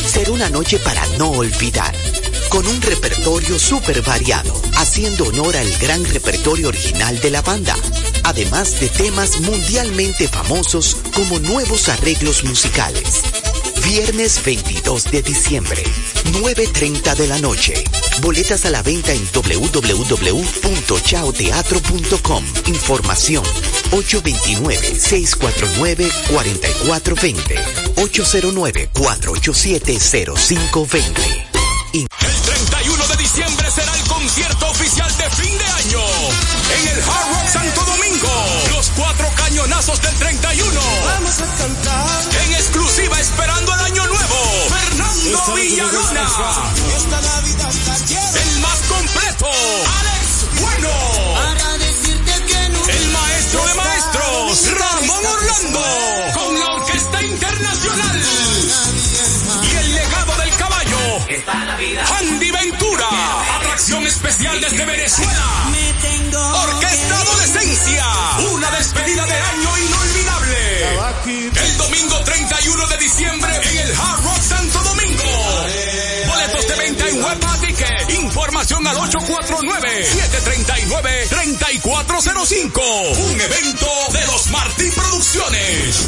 Será una noche para no olvidar, con un repertorio súper variado, haciendo honor al gran repertorio original de la banda, además de temas mundialmente famosos como nuevos arreglos musicales. Viernes 22 de diciembre, 9:30 de la noche. Boletas a la venta en www.chaoteatro.com. Información 829-649-4420. 809-487-0520. El 31 de diciembre será el concierto oficial de fin de año en el Hard Rock Santo Domingo. Los 4 cañonazos del 31. Vamos a cantar en exclusiva esperando el año nuevo. Fernando Villalona. Esta Navidad la quiero. El más completo. Alex Bueno. Para decirte que no. El maestro de maestros. Ramón Orlando. Con la Orquesta Internacional. Y el legado del caballo. Andy Ventura. Atracción especial desde Venezuela. Orquesta Adolescencia. Una despedida de año inolvidable. El domingo 31 de diciembre en el Hard Rock Santo Domingo. Boletos de venta en Huepa Ticket. Información al 849-739-3405. Un evento de los Martí Producciones.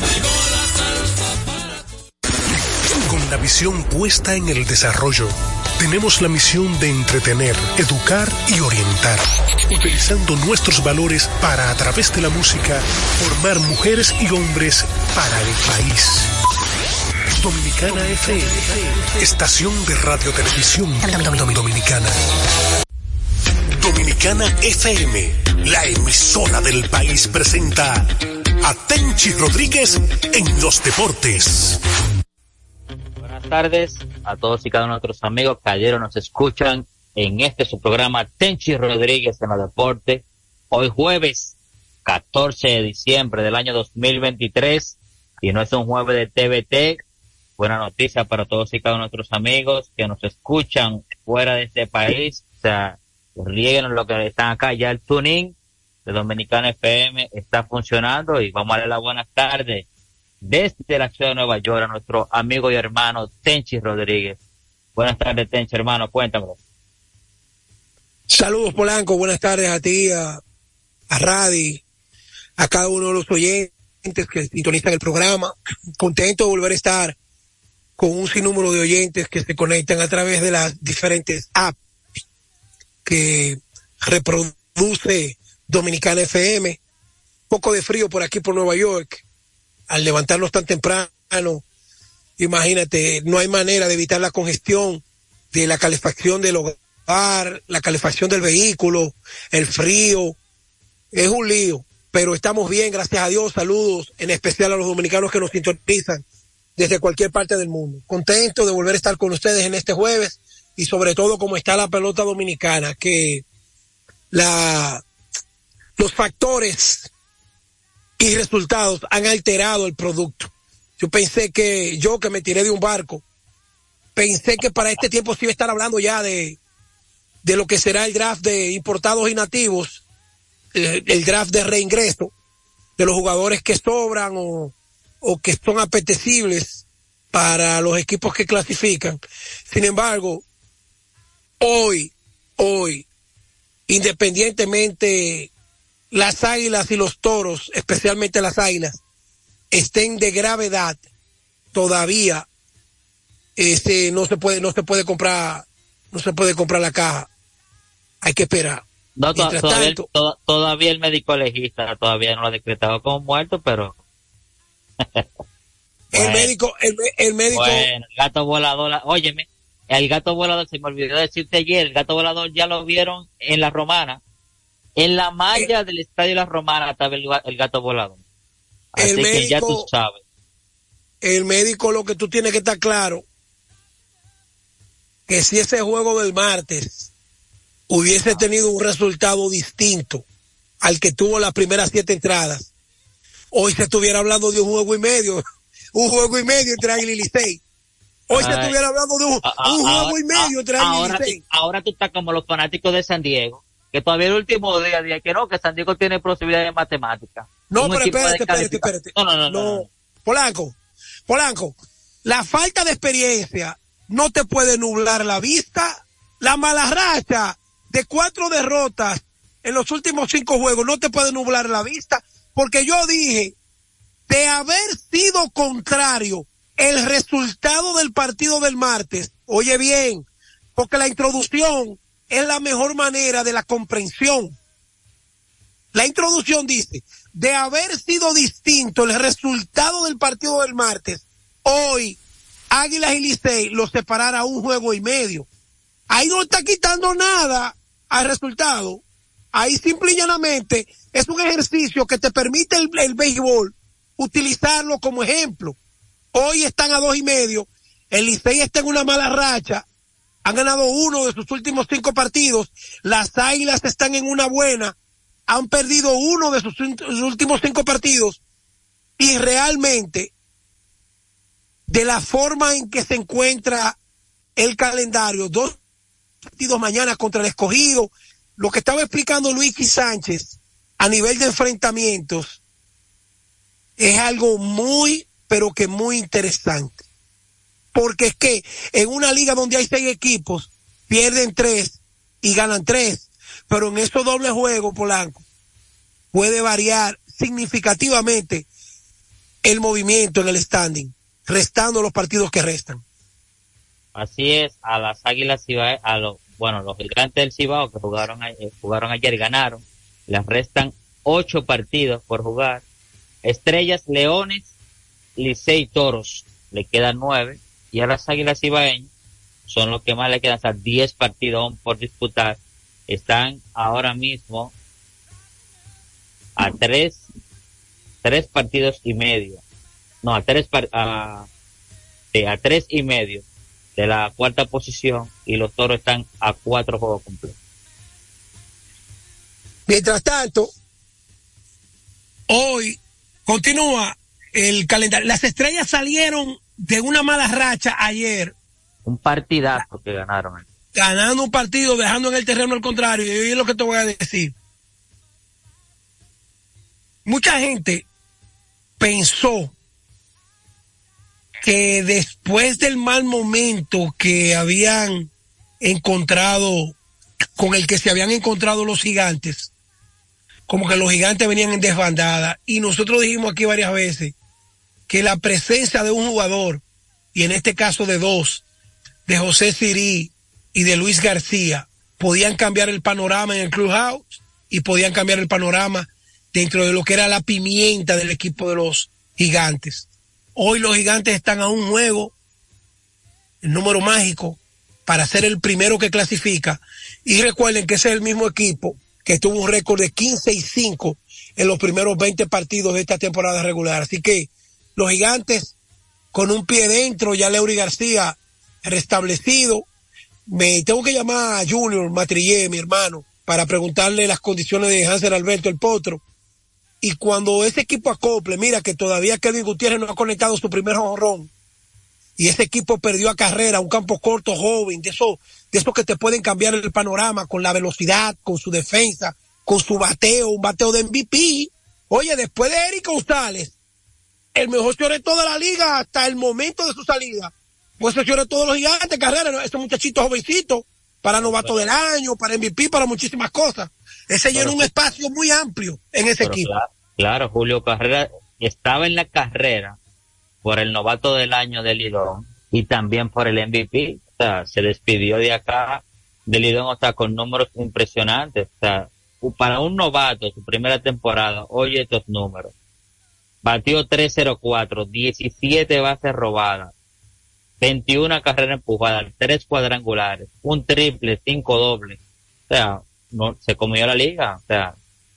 Con la visión puesta en el desarrollo, tenemos la misión de entretener, educar y orientar, utilizando nuestros valores para, a través de la música, formar mujeres y hombres para el país. Dominicana FM, estación de radio televisión dominicana. Dominicana FM, la emisora del país, presenta a Tenchi Rodríguez en los deportes. Buenas tardes a todos y cada uno de nuestros amigos que ayer nos escuchan en su programa Tenchi Rodríguez en los deportes. Hoy jueves 14 de diciembre del año 2023 y no es un jueves de TVT. Buena noticia para todos y cada uno de nuestros amigos que nos escuchan fuera de este país. O sea, rieguen lo que están acá. Ya el tuning de Dominicana FM está funcionando y vamos a darle las buenas tardes desde la ciudad de Nueva York a nuestro amigo y hermano Tenchi Rodríguez. Buenas tardes, Tenchi, hermano, cuéntamelo. Saludos, Polanco, buenas tardes a ti, a Radi, a cada uno de los oyentes que sintonizan el programa. Contento de volver a estar con un sinnúmero de oyentes que se conectan a través de las diferentes apps que reproduce Dominicana FM. Poco de frío por aquí por Nueva York. Al levantarnos tan temprano, imagínate, no hay manera de evitar la congestión de la calefacción del hogar, la calefacción del vehículo, el frío. Es un lío, pero estamos bien, gracias a Dios. Saludos en especial a los dominicanos que nos sintonizan desde cualquier parte del mundo. Contento de volver a estar con ustedes en este jueves y sobre todo cómo está la pelota dominicana, que los factores y resultados han alterado el producto. Yo pensé que me tiré de un barco, pensé que para este tiempo se iba a estar hablando ya de lo que será el draft de importados y nativos, el draft de reingreso, de los jugadores que sobran o que son apetecibles para los equipos que clasifican. Sin embargo, hoy, independientemente las Águilas y los Toros, especialmente las Águilas, estén de gravedad, todavía no se puede comprar la caja. Hay que esperar. No, todavía el médico legista todavía no lo ha decretado como muerto, pero el médico bueno, el gato volador, óyeme, el gato volador, se me olvidó decirte ayer, el gato volador ya lo vieron en la Romana. En la malla del estadio La Romana estaba el gato volador. Así que ya tú sabes. El médico, lo que tú tienes que estar claro, que si ese juego del martes hubiese tenido un resultado distinto al que tuvo las primeras 7 entradas, hoy se estuviera hablando de un juego y medio entre Águila y Licey. Hoy se estuviera hablando de un juego y medio entre Águila y Licey. Ahora tú estás como los fanáticos de San Diego, que todavía el último día que no, que San Diego tiene posibilidades de matemáticas. No, pero espérate. No. Polanco, la falta de experiencia no te puede nublar la vista. La mala racha de 4 derrotas en los últimos 5 juegos no te puede nublar la vista, porque yo dije, de haber sido contrario el resultado del partido del martes, oye bien, porque la introducción es la mejor manera de la comprensión. La introducción dice, de haber sido distinto el resultado del partido del martes, hoy Águilas y Licey los separara 1 juego y medio. Ahí no está quitando nada al resultado. Ahí simple y llanamente es un ejercicio que te permite el béisbol utilizarlo como ejemplo. Hoy están a 2 y medio. El Licey está en una mala racha. Han ganado 1 de sus últimos 5 partidos. Las Águilas están en una buena. Han perdido 1 de sus últimos 5 partidos. Y realmente, de la forma en que se encuentra el calendario, 2 partidos mañana contra el Escogido, lo que estaba explicando Luis y Sánchez a nivel de enfrentamientos es algo muy, pero que muy interesante. Porque es que en una liga donde hay 6 equipos, pierden 3 y ganan 3. Pero en esos dobles juegos, Polanco, puede variar significativamente el movimiento en el standing, restando los partidos que restan. Así es, a las Águilas Cibaeñas, los Gigantes del Cibao que jugaron ayer, ganaron. Les restan 8 partidos por jugar. Estrellas, Leones, Licey, Toros, le quedan 9. Y a las Águilas Cibaeñas son los que más le quedan, hasta 10 partidos aún por disputar. Están ahora mismo a 3 partidos y medio. No, a 3 y medio de la 4ª posición, y los Toros están a 4 juegos completos. Mientras tanto, hoy continúa el calendario. Las Estrellas salieron de una mala racha ayer. Un partidazo que ganaron. Ganando un partido, dejando en el terreno al contrario. Y es lo que te voy a decir. Mucha gente pensó que después del mal momento que habían encontrado, con el que se habían encontrado los Gigantes, como que los Gigantes venían en desbandada, y nosotros dijimos aquí varias veces que la presencia de un jugador, y en este caso de 2, de José Sirí y de Luis García, podían cambiar el panorama en el clubhouse y podían cambiar el panorama dentro de lo que era la pimienta del equipo de los Gigantes. Hoy los Gigantes están a 1 juego, el número mágico, para ser el primero que clasifica. Y recuerden que ese es el mismo equipo que tuvo un récord de 15-5 en los primeros 20 partidos de esta temporada regular. Así que los Gigantes con un pie dentro, ya Leury García restablecido. Me tengo que llamar a Junior Matrillé, mi hermano, para preguntarle las condiciones de Hansel Alberto el Potro. Y cuando ese equipo acople, mira que todavía Kevin Gutiérrez no ha conectado su primer jonrón, y ese equipo perdió a Carrera, un campo corto, joven, de esos que te pueden cambiar el panorama con la velocidad, con su defensa, con su bateo, un bateo de MVP. Oye, después de Eric González, el mejor shortstop de la liga hasta el momento de su salida, pues ese shortstop de los Gigantes, Carrera, ese muchachito jovencito, para novato del año, para MVP, para muchísimas cosas. Ese llena un espacio muy amplio en ese equipo. Claro, Julio Carrera estaba en la carrera por el novato del año de Lidón y también por el MVP. O sea, se despidió de acá de Lidón, o sea, con números impresionantes. O sea, para un novato, su primera temporada, oye estos números. Batió 304, 17 bases robadas, 21 carreras empujadas, 3 cuadrangulares, un triple, 5 dobles. O sea, no se comió la liga. O sea,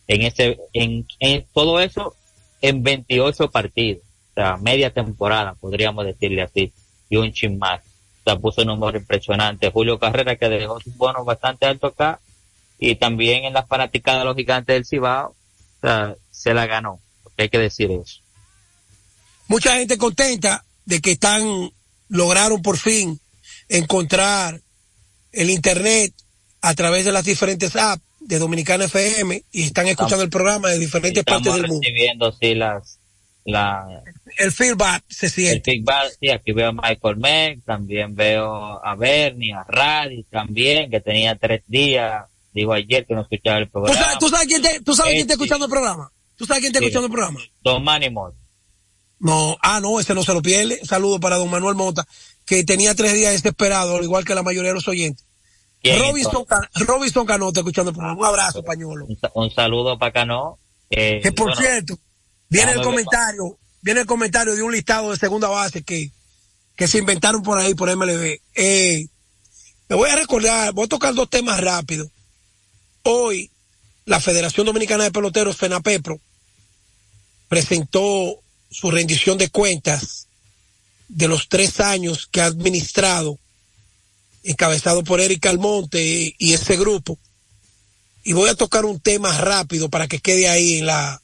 en todo eso en 28 partidos. O sea, media temporada, podríamos decirle así, y un chin más. O sea, puso un número impresionante. Julio Carrera, que dejó sus bonos bastante altos acá, y también en las fanaticadas de los Gigantes del Cibao, o sea, se la ganó. Hay que decir eso. Mucha gente contenta de que lograron por fin encontrar el internet a través de las diferentes apps de Dominicana FM y están escuchando el programa de diferentes partes del mundo. Estamos recibiendo, sí, el feedback se el siente. feedback, sí, aquí veo a Michael Mann, también veo a Bernie, a Radi también, que tenía 3 días, dijo ayer que no escuchaba el programa. ¿Tú sabes quién está escuchando el programa? ¿Tú sabes quién está escuchando el programa? Don Manny Mota. No, ese no se lo pierde. Saludo para don Manuel Mota, que tenía 3 días desesperado, al igual que la mayoría de los oyentes. Robinson Cano está escuchando el programa. Un abrazo, pañuelo. Un saludo para Cano. Que por cierto, viene el comentario de un listado de segunda base que se inventaron por ahí, por MLB. Me voy a recordar, voy a tocar 2 temas rápidos. Hoy, la Federación Dominicana de Peloteros, FENAPEPRO, presentó su rendición de cuentas de los 3 años que ha administrado, encabezado por Eric Almonte y ese grupo. Y voy a tocar un tema rápido para que quede ahí en la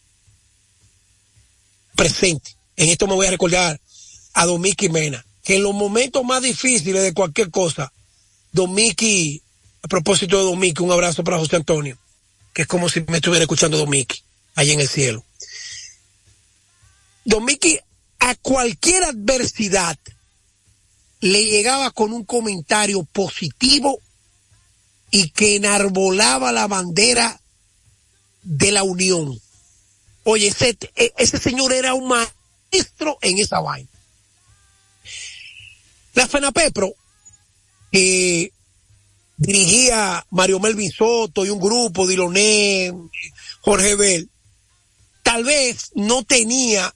presente. En esto me voy a recordar a Don Mickey Mena, que en los momentos más difíciles de cualquier cosa, Don Mickey, a propósito de Don Mickey, un abrazo para José Antonio, que es como si me estuviera escuchando Don Mickey, allá en el cielo. Don Mickey, a cualquier adversidad, le llegaba con un comentario positivo y que enarbolaba la bandera de la unión. Oye, ese señor era un maestro en esa vaina. La FENAPEPRO, que dirigía Mario Melvin Soto y un grupo, Diloné, Jorge Bell, tal vez no tenía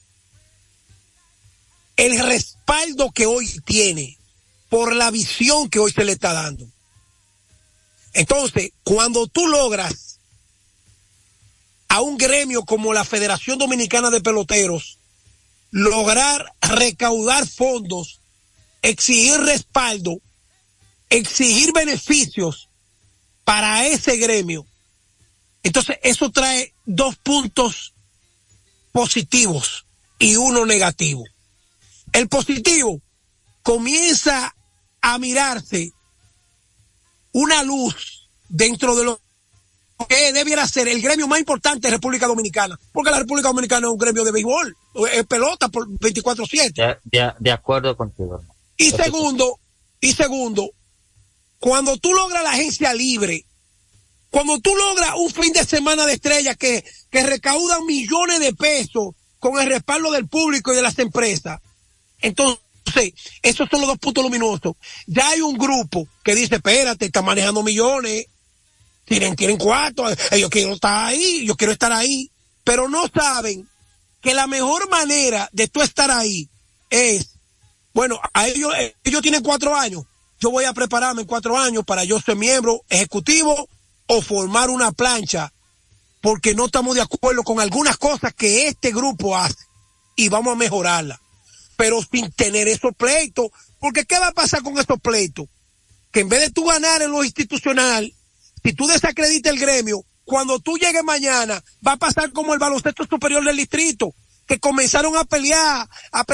el respaldo que hoy tiene por la visión que hoy se le está dando. Entonces, cuando tú logras a un gremio como la Federación Dominicana de Peloteros lograr recaudar fondos, exigir respaldo, exigir beneficios para ese gremio, entonces eso trae 2 puntos positivos y 1 negativo. El positivo, comienza a mirarse una luz dentro de lo que debiera ser el gremio más importante de República Dominicana, porque la República Dominicana es un gremio de béisbol, es pelota por 24/7. De acuerdo contigo. Y segundo, cuando tú logras la agencia libre, cuando tú logras un fin de semana de estrellas que recaudan millones de pesos con el respaldo del público y de las empresas, entonces, esos son los 2 puntos luminosos. Ya hay un grupo que dice, espérate, está manejando millones, tienen 4, yo quiero estar ahí, pero no saben que la mejor manera de tú estar ahí es, bueno, a ellos tienen 4 años, yo voy a prepararme en 4 años para yo ser miembro ejecutivo o formar una plancha, porque no estamos de acuerdo con algunas cosas que este grupo hace y vamos a mejorarla. Pero sin tener esos pleitos, porque ¿qué va a pasar con estos pleitos? Que en vez de tú ganar en lo institucional, si tú desacreditas el gremio, cuando tú llegues mañana, va a pasar como el baloncesto superior del distrito, que comenzaron a pelear,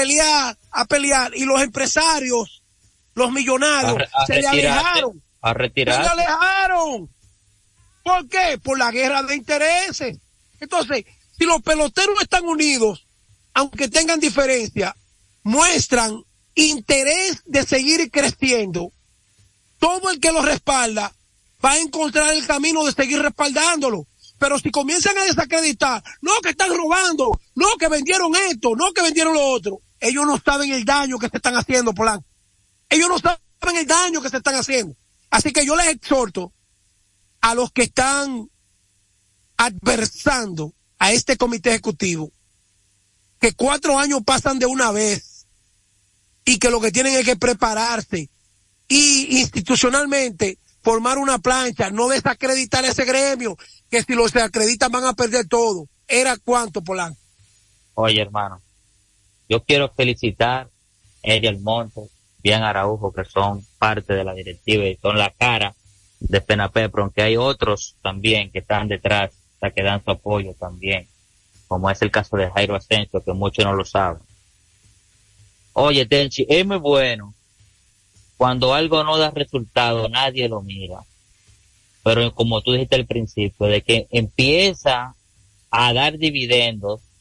y los empresarios, los millonarios, se le alejaron. Se le alejaron. ¿Por qué? Por la guerra de intereses. Entonces, si los peloteros están unidos, aunque tengan diferencia, muestran interés de seguir creciendo, todo el que los respalda va a encontrar el camino de seguir respaldándolo. Pero si comienzan a desacreditar, no, que están robando, no, que vendieron esto, no, que vendieron lo otro, ellos no saben el daño que se están haciendo, Polanco. Ellos no saben el daño que se están haciendo. Así que yo les exhorto a los que están adversando a este comité ejecutivo que 4 años pasan de una vez y que lo que tienen es que prepararse y institucionalmente formar una plancha, no desacreditar ese gremio, que si lo desacreditan van a perder todo. ¿Era cuánto, Polanco? Oye, hermano, yo quiero felicitar a Ariel Montes, Bien Araujo, que son parte de la directiva y son la cara de FENAPEPRO, aunque hay otros también que están detrás, que dan su apoyo también, como es el caso de Jairo Asensio, que muchos no lo saben. Oye, Tenchi, es muy bueno cuando algo no da resultado, nadie lo mira. Pero como tú dijiste al principio, de que empieza a dar dividendos,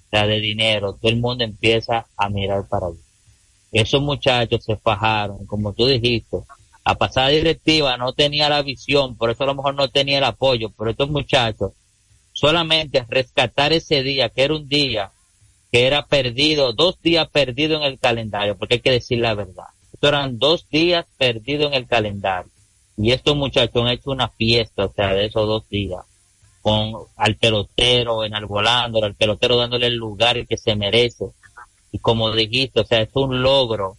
sea, de dinero, todo el mundo empieza a mirar para allá. Esos muchachos se fajaron, como tú dijiste. La pasada directiva no tenía la visión, por eso a lo mejor no tenía el apoyo, pero estos muchachos solamente rescatar ese día, que era un día que era perdido, 2 días perdidos en el calendario, porque hay que decir la verdad. Estos eran 2 días perdidos en el calendario. Y estos muchachos han hecho una fiesta, o sea, de esos 2 días, con al pelotero enarbolándolo, al pelotero dándole el lugar que se merece. Y como dijiste, o sea, es un lograr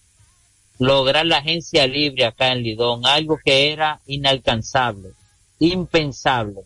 la agencia libre acá en Lidón, algo que era inalcanzable, impensable.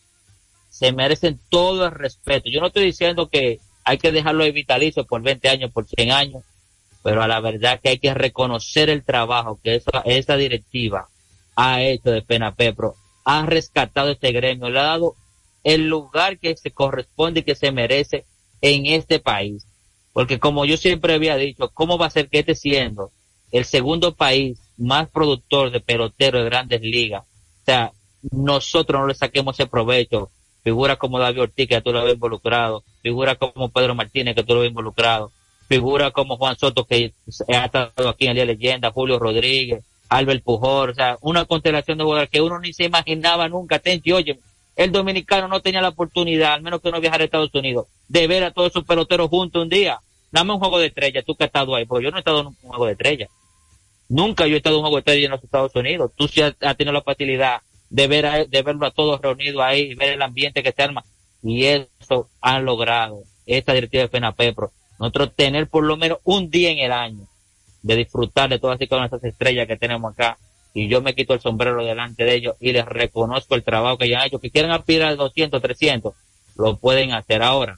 Se merecen todo el respeto. Yo no estoy diciendo que hay que dejarlo de vitalicio por 20 años, por 100 años, pero a la verdad que hay que reconocer el trabajo que esa directiva ha hecho de Penapepro, ha rescatado este gremio, le ha dado el lugar que se corresponde y que se merece en este país. Porque como yo siempre había dicho, ¿cómo va a ser que siendo el segundo país más productor de peloteros de grandes ligas, o sea, nosotros no le saquemos ese provecho? Figuras como David Ortiz, que tú lo ves involucrado, figuras como Pedro Martínez, que tú lo ves involucrado, figuras como Juan Soto, que ha estado aquí en el Día de Leyenda, Julio Rodríguez, Albert Pujol, o sea, una constelación de jugadores que uno ni se imaginaba nunca. Tenchi, oye, el dominicano no tenía la oportunidad, al menos que no viajara a Estados Unidos, de ver a todos esos peloteros juntos un día. Dame un juego de estrella, tú que has estado ahí, porque yo no he estado en un juego de estrella. Nunca yo he estado en un juego de estrella en los Estados Unidos. Tú sí has tenido la facilidad de verlo a todos reunidos ahí, ver el ambiente que se arma. Y eso han logrado esta directiva de Penapepro. Nosotros tener por lo menos un día en el año de disfrutar de todas y cada una de esas estrellas que tenemos acá. Y yo me quito el sombrero delante de ellos y les reconozco el trabajo que ya han hecho. Que quieran aspirar a 200, 300, lo pueden hacer ahora.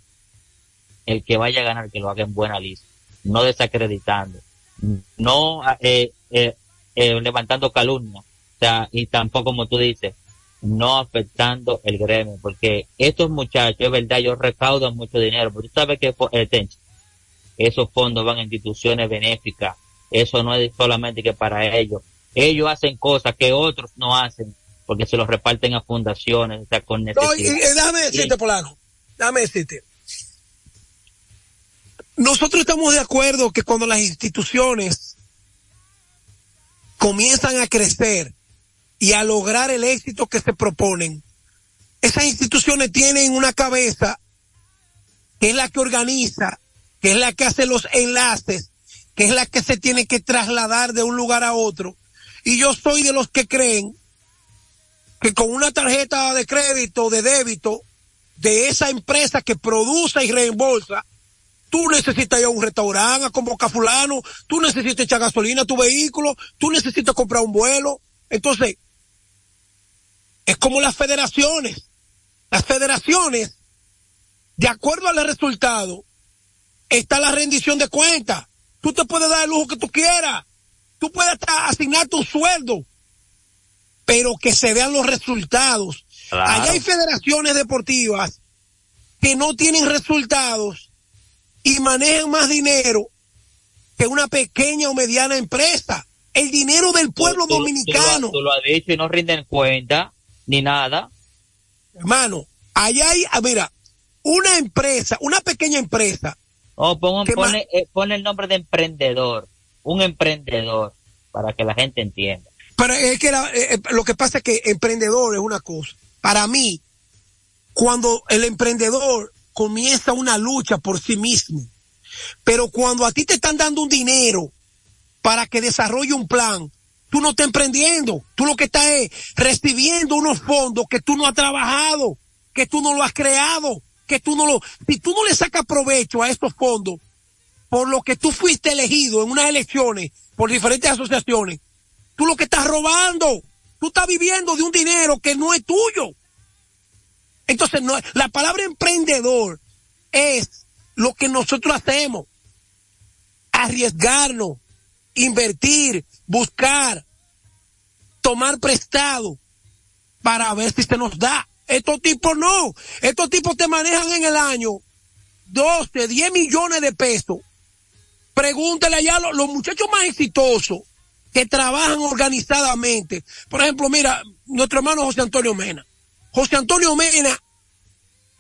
El que vaya a ganar, que lo haga en buena lista, no desacreditando, no levantando calumnia, o sea, y tampoco, como tú dices, no afectando el gremio, porque estos muchachos, es verdad, ellos recaudan mucho dinero, pero tú sabes que esos fondos van a instituciones benéficas, eso no es solamente que para ellos hacen cosas que otros no hacen, porque se los reparten a fundaciones, o sea, con necesidad. No, y déjame decirte, Polanco, déjame decirte. Nosotros estamos de acuerdo que cuando las instituciones comienzan a crecer y a lograr el éxito que se proponen, esas instituciones tienen una cabeza que es la que organiza, que es la que hace los enlaces, que es la que se tiene que trasladar de un lugar a otro. Y yo soy de los que creen que con una tarjeta de crédito, de débito, de esa empresa que produce y reembolsa, tú necesitas ir a un restaurante a convocar a fulano, tú necesitas echar gasolina a tu vehículo, tú necesitas comprar un vuelo. Entonces, es como las federaciones. Las federaciones, de acuerdo al resultado, está la rendición de cuentas. Tú te puedes dar el lujo que tú quieras. Tú puedes hasta asignarte un sueldo, pero que se vean los resultados. Claro. Allá hay federaciones deportivas que no tienen resultados y manejan más dinero que una pequeña o mediana empresa. El dinero del pueblo dominicano. Tú lo has dicho y no rinden cuenta ni nada. Hermano, allá hay, mira, una empresa, una pequeña empresa. Oh, pone el nombre de emprendedor. Un emprendedor, para que la gente entienda. Pero es que lo que pasa es que emprendedor es una cosa. Para mí, cuando el emprendedor comienza una lucha por sí mismo, pero cuando a ti te están dando un dinero para que desarrolle un plan, tú no estás emprendiendo, tú lo que estás es recibiendo unos fondos que tú no has trabajado, que tú no lo has creado, que tú no si tú no le sacas provecho a estos fondos, por lo que tú fuiste elegido en unas elecciones, por diferentes asociaciones, tú lo que estás robando, tú estás viviendo de un dinero que no es tuyo. Entonces, no, la palabra emprendedor es lo que nosotros hacemos. Arriesgarnos, invertir, buscar, tomar prestado para ver si se nos da. Estos tipos no. Estos tipos te manejan en el año 12, 10 millones de pesos. Pregúntale allá a los muchachos más exitosos que trabajan organizadamente. Por ejemplo, mira, nuestro hermano José Antonio Mena. José Antonio Mena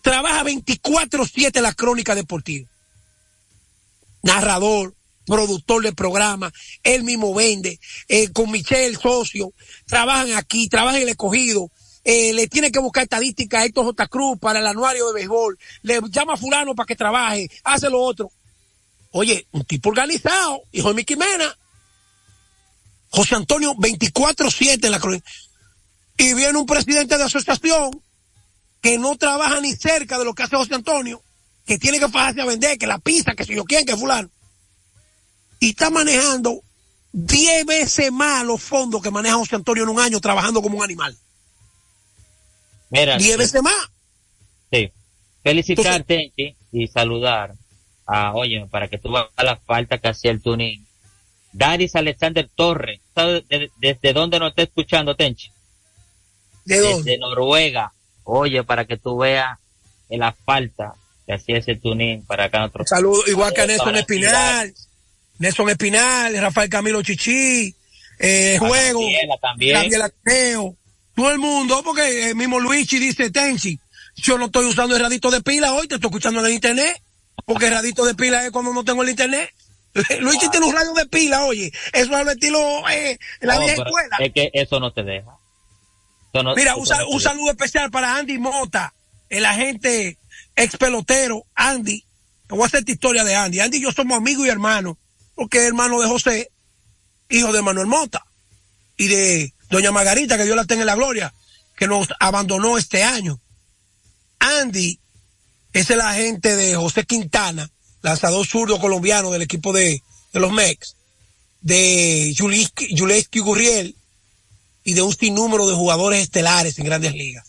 trabaja 24/7 la crónica deportiva. Narrador, productor de programa, él mismo vende, con Michelle, socio, trabajan aquí, trabajan en el Escogido, le tiene que buscar estadísticas a Héctor J. Cruz para el anuario de béisbol, le llama a fulano para que trabaje, hace lo otro. Oye, un tipo organizado, hijo de Mickey Mena. José Antonio 24/7 en la crónica. Y viene un presidente de asociación que no trabaja ni cerca de lo que hace José Antonio, que tiene que fajarse a vender, que la pizza, que si yo quién, que fulano. Y está manejando 10 veces más los fondos que maneja José Antonio en un año trabajando como un animal. Mira, 10 veces más. Sí. Felicitarte y saludar oye, para que tú veas la falta que hacía el tuning. Daris Alexander Torres, ¿sabes desde dónde nos está escuchando, Tenchi? ¿De dónde? Desde Noruega. Oye, para que tú veas la falta que hacía ese tuning para acá nosotros. Saludos, igual que a Nelson Espinal, Rafael Camilo Chichi, Juego, Gabriel Ateo, todo el mundo, porque el mismo Luigi dice, Tenchi, yo no estoy usando el radito de pila hoy, te estoy escuchando en el internet, porque el radito de pila es cuando no tengo el internet. Luigi tiene un radio de pila, oye, eso es el estilo la vieja escuela. Es que eso no te deja. Mira, un saludo especial para Andy Mota, el agente ex pelotero, Andy. Te voy a hacer esta historia de Andy. Andy y yo somos amigos y hermanos, porque es hermano de José, hijo de Manuel Mota, y de doña Margarita, que Dios la tenga en la gloria, que nos abandonó este año. Andy es el agente de José Quintana, lanzador zurdo colombiano del equipo de los Mex, de Yulieski Gurriel y de un sinnúmero de jugadores estelares en Grandes Ligas.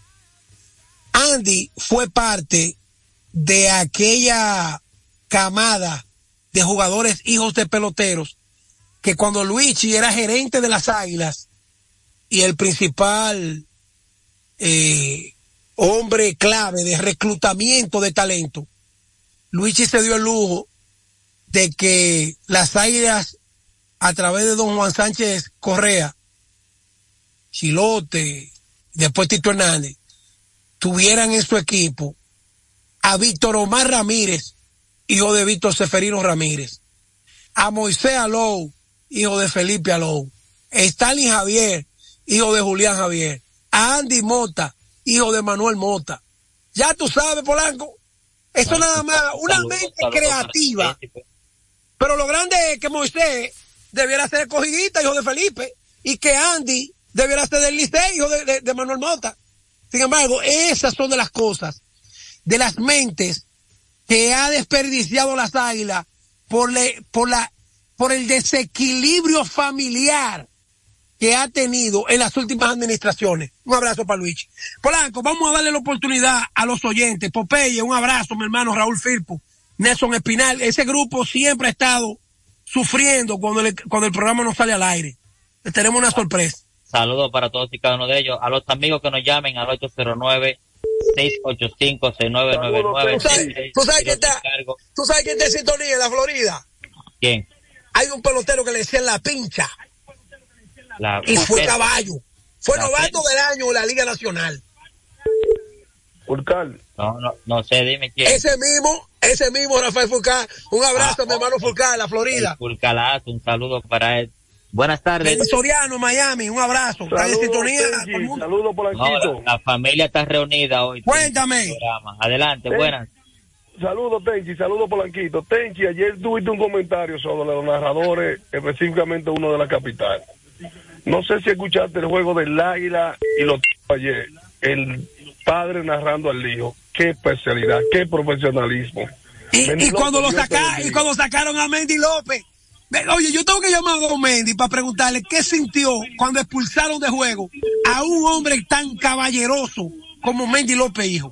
Andy fue parte de aquella camada de jugadores hijos de peloteros que cuando Luigi era gerente de las Águilas y el principal hombre clave de reclutamiento de talento, Luigi se dio el lujo de que las Águilas, a través de don Juan Sánchez Correa, Chilote, después Tito Hernández, tuvieran en su equipo a Víctor Omar Ramírez, hijo de Víctor Seferino Ramírez, a Moisés Alou, hijo de Felipe Alou, a Stanley Javier, hijo de Julián Javier, a Andy Mota, hijo de Manuel Mota. Ya tú sabes, Polanco, eso nada más, una mente creativa. Pero lo grande es que Moisés debiera ser escogidita, hijo de Felipe, y que Andy debiera ser del Licey, hijo de Manuel Mota. Sin embargo, esas son de las cosas, de las mentes que ha desperdiciado las Águilas por el desequilibrio familiar que ha tenido en las últimas administraciones. Un abrazo para Luigi. Polanco, vamos a darle la oportunidad a los oyentes. Popeye, un abrazo, mi hermano Raúl Firpo, Nelson Espinal. Ese grupo siempre ha estado sufriendo cuando el programa no sale al aire. Les tenemos una sorpresa. Saludos para todos y cada uno de ellos. A los amigos que nos llamen al 809-685-6999. ¿Tú sabes quién está en sintonía en la Florida? ¿Quién? Hay un pelotero que le decían La Pincha. Y fue caballo. Fue novato del año en la Liga Nacional. Furcal. No sé, dime quién. Ese mismo Rafael Furcal. Un abrazo a mi hermano Furcal, en la Florida. Furcalazo, un saludo para él. Buenas tardes. El Soriano, Miami, un abrazo. Está en sintonía. Saludos, Polanquito. La familia está reunida hoy. Cuéntame. Adelante, buenas. Saludos, Tenchi, saludos, Polanquito. Tenchi, ayer tuviste un comentario sobre los narradores, específicamente uno de la capital. No sé si escuchaste el juego del Águila y lo ayer. El padre narrando al hijo. Qué especialidad, qué profesionalismo. Y cuando sacaron a Mendy López. Oye, yo tengo que llamar a Don Mendy para preguntarle qué sintió cuando expulsaron de juego a un hombre tan caballeroso como Mendy López, hijo.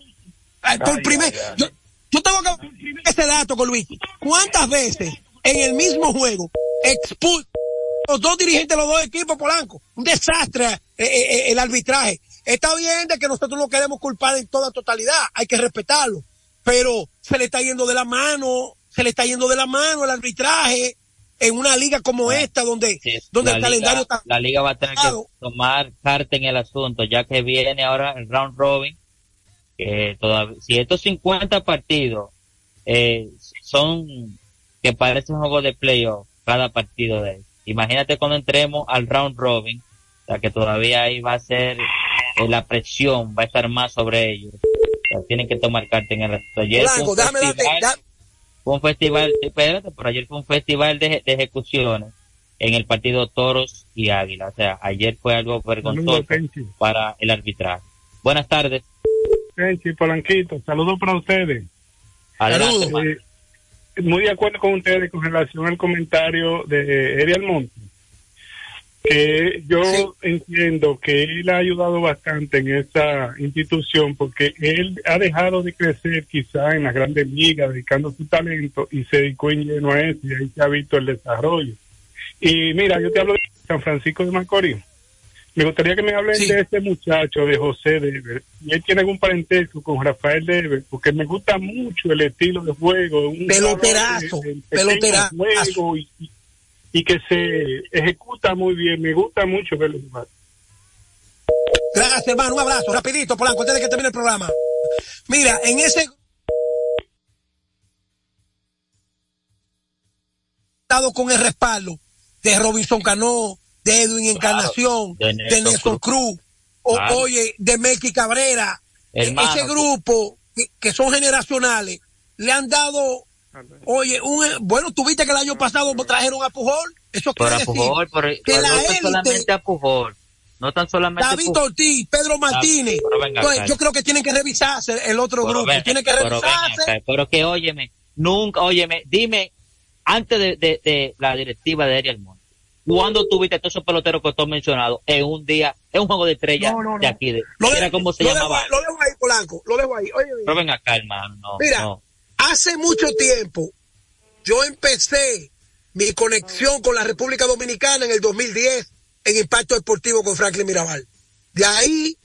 Yo tengo que ese dato con Luis. ¿Cuántas veces en el mismo juego expulsan los dos dirigentes de los dos equipos, Polanco? Un desastre el arbitraje. Está bien de que nosotros no queremos culpar en toda totalidad, hay que respetarlo, pero se le está yendo de la mano el arbitraje en una liga como esta donde el calendario está... La liga va a tener que tomar carta en el asunto, ya que viene ahora el round robin Todavía, si estos 50 partidos son que parece un juego de playoff cada partido de ellos, imagínate cuando entremos al round robin, o sea que todavía ahí va a ser la presión va a estar más sobre ellos. O sea, tienen que tomar carta en el resto. Ayer fue un festival, espérate, pero ayer fue un festival de ejecuciones en el partido Toros y Águila. O sea, ayer fue algo vergonzoso para el arbitraje. Buenas tardes. Tenchi, Polanquito, saludos para ustedes. Adelante. Muy de acuerdo con ustedes con relación al comentario de Eddie Almonte. Que yo entiendo que él ha ayudado bastante en esa institución porque él ha dejado de crecer quizá en las grandes ligas dedicando su talento y se dedicó en lleno a eso y ahí se ha visto el desarrollo. Y mira, yo te hablo de San Francisco de Macorís. Me gustaría que me hablen de este muchacho, de José Dever. Y él tiene algún parentesco con Rafael Dever, porque me gusta mucho el estilo de juego. Un peloterazo. Juego y que se ejecuta muy bien. Me gusta mucho verlo jugar. Gracias, hermano. Un abrazo. Rapidito, Polanco, antes de que termine el programa. Mira, en ese... con el respaldo de Robinson Cano, de Edwin Encarnación, de Néstor Cruz, oye, de Melky Cabrera, ese grupo que son generacionales, le han dado, oye, bueno, tuviste que el año pasado trajeron a Pujol, eso quiere decir que la élite, solamente a Pujol, no tan solamente David Ortiz, Pedro Martínez, entonces, yo creo que tienen que revisarse el otro grupo, tienen que revisarse. Pero que óyeme, dime, antes de la directiva de Ariel Monte, ¿cuándo tuviste todos esos peloteros que tú has mencionado en un día, en un juego de estrellas de aquí? Era como se llamaba. Lo dejo ahí, Polanco, lo dejo ahí. Oye, pero ven acá, hermano. Mira, hace mucho tiempo yo empecé mi conexión con la República Dominicana en el 2010 en Impacto Deportivo con Franklin Mirabal. De ahí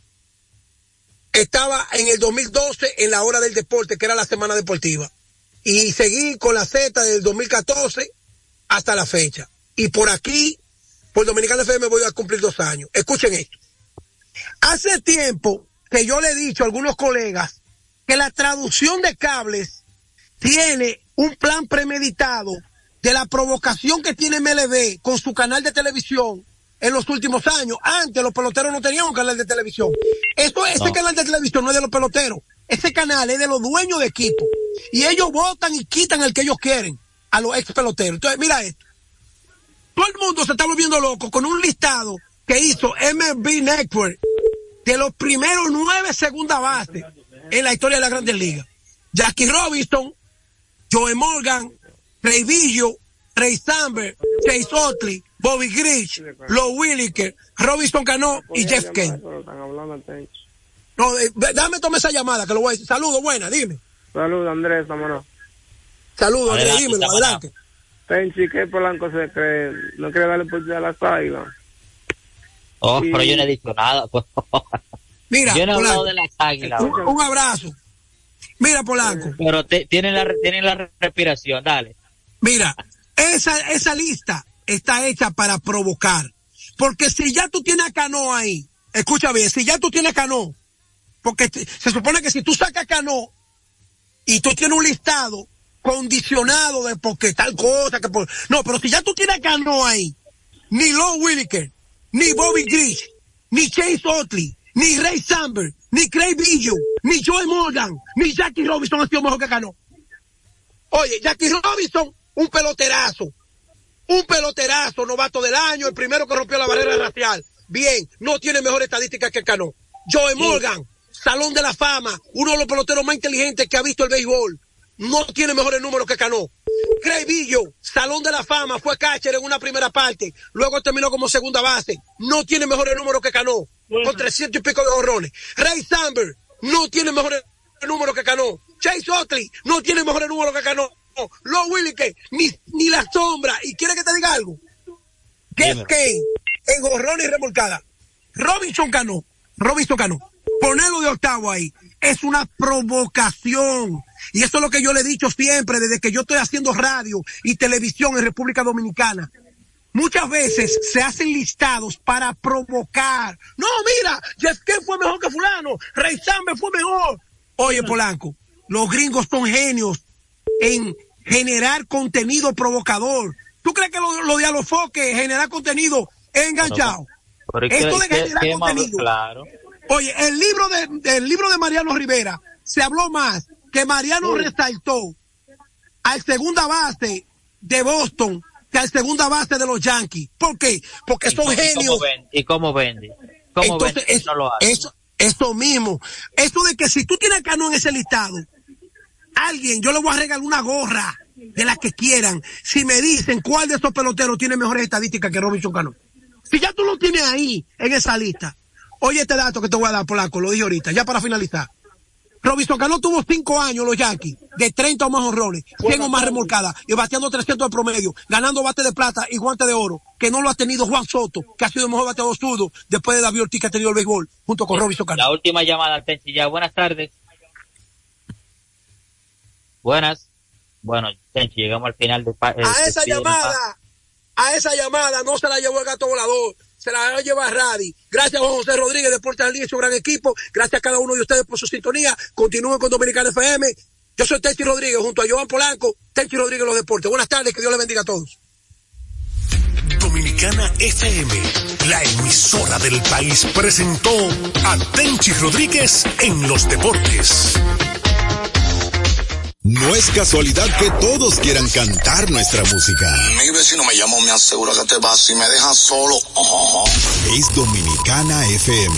estaba en el 2012 en la Hora del Deporte, que era la Semana Deportiva. Y seguí con la Z del 2014 hasta la fecha. Y por aquí, por Dominicana FM, voy a cumplir 2 años. Escuchen esto. Hace tiempo que yo le he dicho a algunos colegas que la traducción de cables tiene un plan premeditado de la provocación que tiene MLB con su canal de televisión en los últimos años. Antes los peloteros no tenían un canal de televisión. Ese canal de televisión no es de los peloteros. Ese canal es de los dueños de equipo. Y ellos votan y quitan al que ellos quieren, a los ex peloteros. Entonces, mira esto. Todo el mundo se está volviendo loco con un listado que hizo MLB Network de los primeros 9 segundas bases en la historia de las Grandes Ligas. Jackie Robinson, Joe Morgan, Ray Villo, Ray Samberg, Chase Utley, Bobby Grich, Low Williker, Robinson Cano y Jeff Kane. No, dame toma esa llamada que lo voy a decir. Saludos, buena, dime. Saludos, Andrés, vámonos. Saludos, Andrés, dímelo, adelante. Tenchi, ¿qué Polanco se cree? ¿No quiere darle oportunidad a las Águilas? Pero yo no he dicho nada. Mira, yo no he hablado de las Águilas. Un abrazo. Mira, Polanco. Pero tienen la respiración, dale. Mira, esa lista está hecha para provocar. Porque si ya tú tienes a Cano ahí, escucha bien, si ya tú tienes a Cano, porque se supone que si tú sacas a Cano y tú tienes un listado condicionado de porque tal cosa, no, pero si ya tú tienes a Cano ahí, ni Low Williker, ni Bobby Grich, ni Chase Utley, ni Ray Samberg, ni Craig Biggio, ni Joe Morgan, ni Jackie Robinson han sido mejor que Cano. Oye, Jackie Robinson, un peloterazo, novato del año, el primero que rompió la barrera racial. Bien, no tiene mejor estadística que Cano. Joe Morgan, Salón de la Fama, uno de los peloteros más inteligentes que ha visto el béisbol. No tiene mejores números que Cano. Craig Biggio, Salón de la Fama, fue catcher en una primera parte, luego terminó como segunda base. No tiene mejores números que Cano, con 300 y pico de jonrones. Ray Samberg no tiene mejores números que Cano. Chase Utley no tiene mejores números que Cano. Low Williker, ni la sombra. ¿Y quiere que te diga algo? Jeff Kane, en jonrones y remolcada. Robinson Cano, ponerlo de octavo ahí es una provocación. Y eso es lo que yo le he dicho siempre desde que yo estoy haciendo radio y televisión en República Dominicana. Muchas veces se hacen listados para provocar. No, mira, Jeff Kane fue mejor que fulano, Ray Samberg fue mejor. Oye, Polanco, los gringos son genios en generar contenido provocador. ¿Tú crees que lo de Alofoque, generar contenido enganchado? Esto de generar contenido. Claro. Oye, el libro de Mariano Rivera se habló más que Mariano resaltó al segunda base de Boston que al segunda base de los Yankees. ¿Por qué? Porque son genios. ¿Y cómo vende? Entonces, vende? No lo hace. Eso mismo. Eso de que si tú tienes a Cano en ese listado, yo le voy a regalar una gorra de las que quieran si me dicen cuál de esos peloteros tiene mejores estadísticas que Robinson Cano. Si ya tú lo tienes ahí en esa lista, oye este dato que te voy a dar, Polanco, lo dije ahorita, ya para finalizar. Robinson Cano tuvo 5 años los Yankees, de 30 o más honrones, 100 o más remolcadas, y bateando 300 de promedio, ganando bate de plata y guante de oro, que no lo ha tenido Juan Soto, que ha sido el mejor bateador zurdo después de David Ortiz que ha tenido el béisbol, junto con Robinson Cano. La última llamada, Tenchi, ya. Buenas tardes. Buenas. Bueno, Tenchi, llegamos al final de... a esa llamada no se la llevó el gato volador, se la va a llevar Radi. Gracias a Juan José Rodríguez, Deportes al Día y su gran equipo. Gracias a cada uno de ustedes por su sintonía. Continúen con Dominicana FM. Yo soy Tenchi Rodríguez junto a Joan Polanco. Tenchi Rodríguez, los deportes. Buenas tardes, que Dios les bendiga a todos. Dominicana FM, la emisora del país, presentó a Tenchi Rodríguez en los deportes. No es casualidad que todos quieran cantar nuestra música. Mi vecino me llamó, me asegura que te vas y me dejas solo. Es Dominicana FM.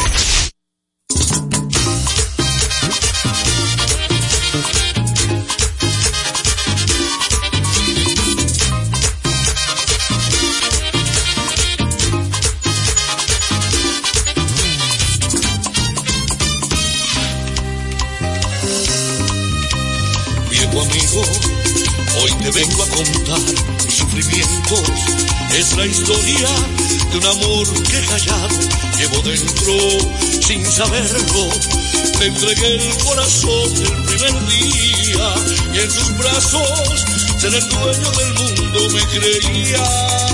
Amigo, hoy te vengo a contar mis sufrimientos. Es la historia de un amor que callado llevo dentro sin saberlo. Le entregué el corazón el primer día y en sus brazos ser el dueño del mundo me creía.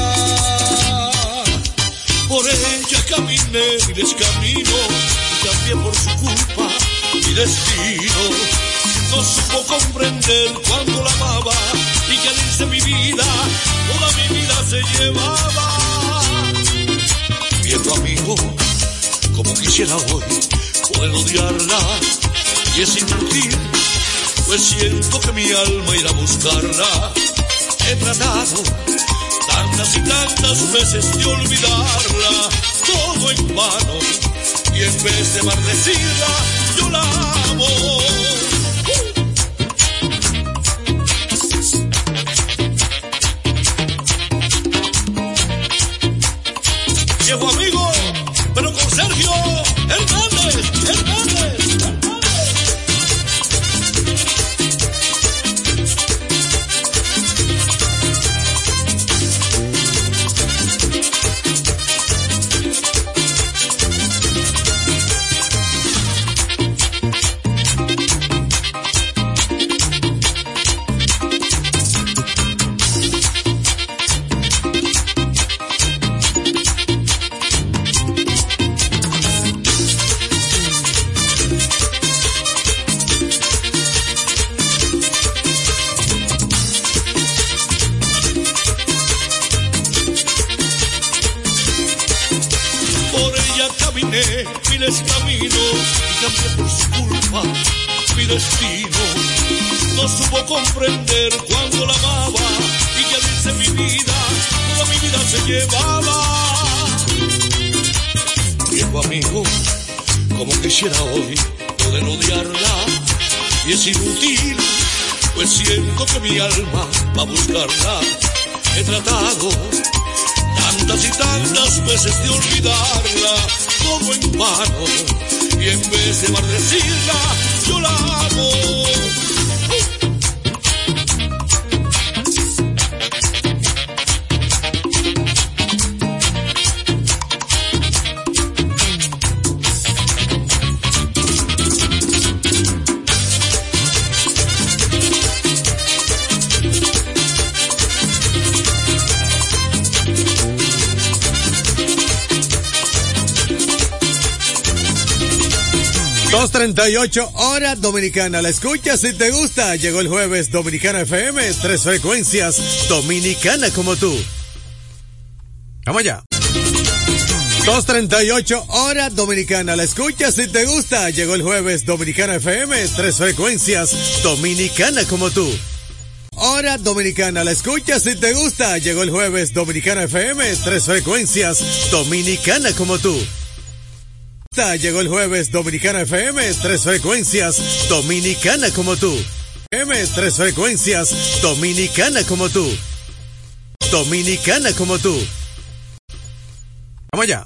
Por ella caminé mi descamino y cambié por su culpa mi destino. No supo comprender cuando la amaba y que al irse mi vida, toda mi vida se llevaba. Viejo amigo, como quisiera hoy poder odiarla, y es inútil, pues siento que mi alma irá a buscarla. He tratado tantas y tantas veces de olvidarla, todo en vano, y en vez de maldecirla, yo la amo. Viejo amigo, pero con Sergio Hernández. Miles caminos y cambié por su culpa mi destino. No supo comprender cuando la amaba y que al irse mi vida, toda mi vida se llevaba. Viejo amigo, como quisiera hoy poder odiarla, y es inútil, pues siento que mi alma va a buscarla. He tratado tantas y tantas veces de olvidarla, todo en vano, y en vez de maldecirla, yo la amo. 2:38 hora dominicana. La escuchas si te gusta. Llegó el jueves Dominicana FM, 3 frecuencias, dominicana como tú. Vamos allá. 2:38 hora dominicana. La escuchas si te gusta. Llegó el jueves Dominicana FM, 3 frecuencias, dominicana como tú. Hora dominicana. La escuchas si te gusta. Llegó el jueves Dominicana FM, 3 frecuencias, dominicana como tú. Llegó el jueves Dominicana FM, 3 frecuencias, dominicana como tú. FM, 3 frecuencias, dominicana como tú. Dominicana como tú. Vamos allá.